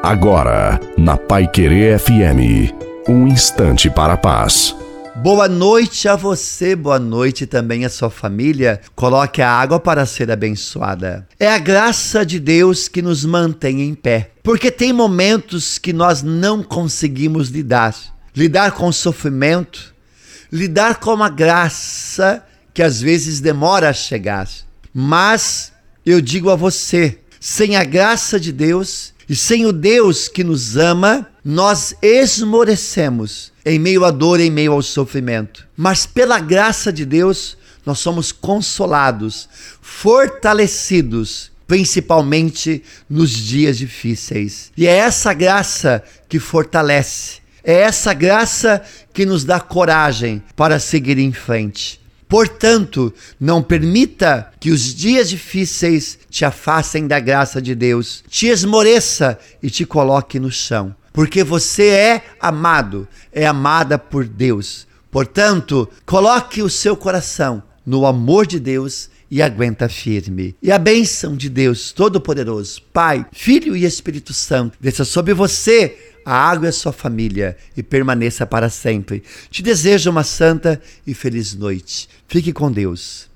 Agora, na Paiquerê FM, um instante para a paz. Boa noite a você, boa noite também à sua família. Coloque a água para ser abençoada. É a graça de Deus que nos mantém em pé, porque tem momentos que nós não conseguimos lidar com o sofrimento, lidar com a graça que às vezes demora a chegar. Mas eu digo a você, sem a graça de Deus e sem o Deus que nos ama, nós esmorecemos em meio à dor, em meio ao sofrimento. Mas pela graça de Deus, nós somos consolados, fortalecidos, principalmente nos dias difíceis. E é essa graça que fortalece, é essa graça que nos dá coragem para seguir em frente. Portanto, não permita que os dias difíceis te afastem da graça de Deus, te esmoreça e te coloque no chão, porque você é amado, é amada por Deus. Portanto, coloque o seu coração no amor de Deus e aguenta firme. E a bênção de Deus Todo-Poderoso, Pai, Filho e Espírito Santo, desça sobre você, a água e a sua família, e permaneça para sempre. Te desejo uma santa e feliz noite. Fique com Deus.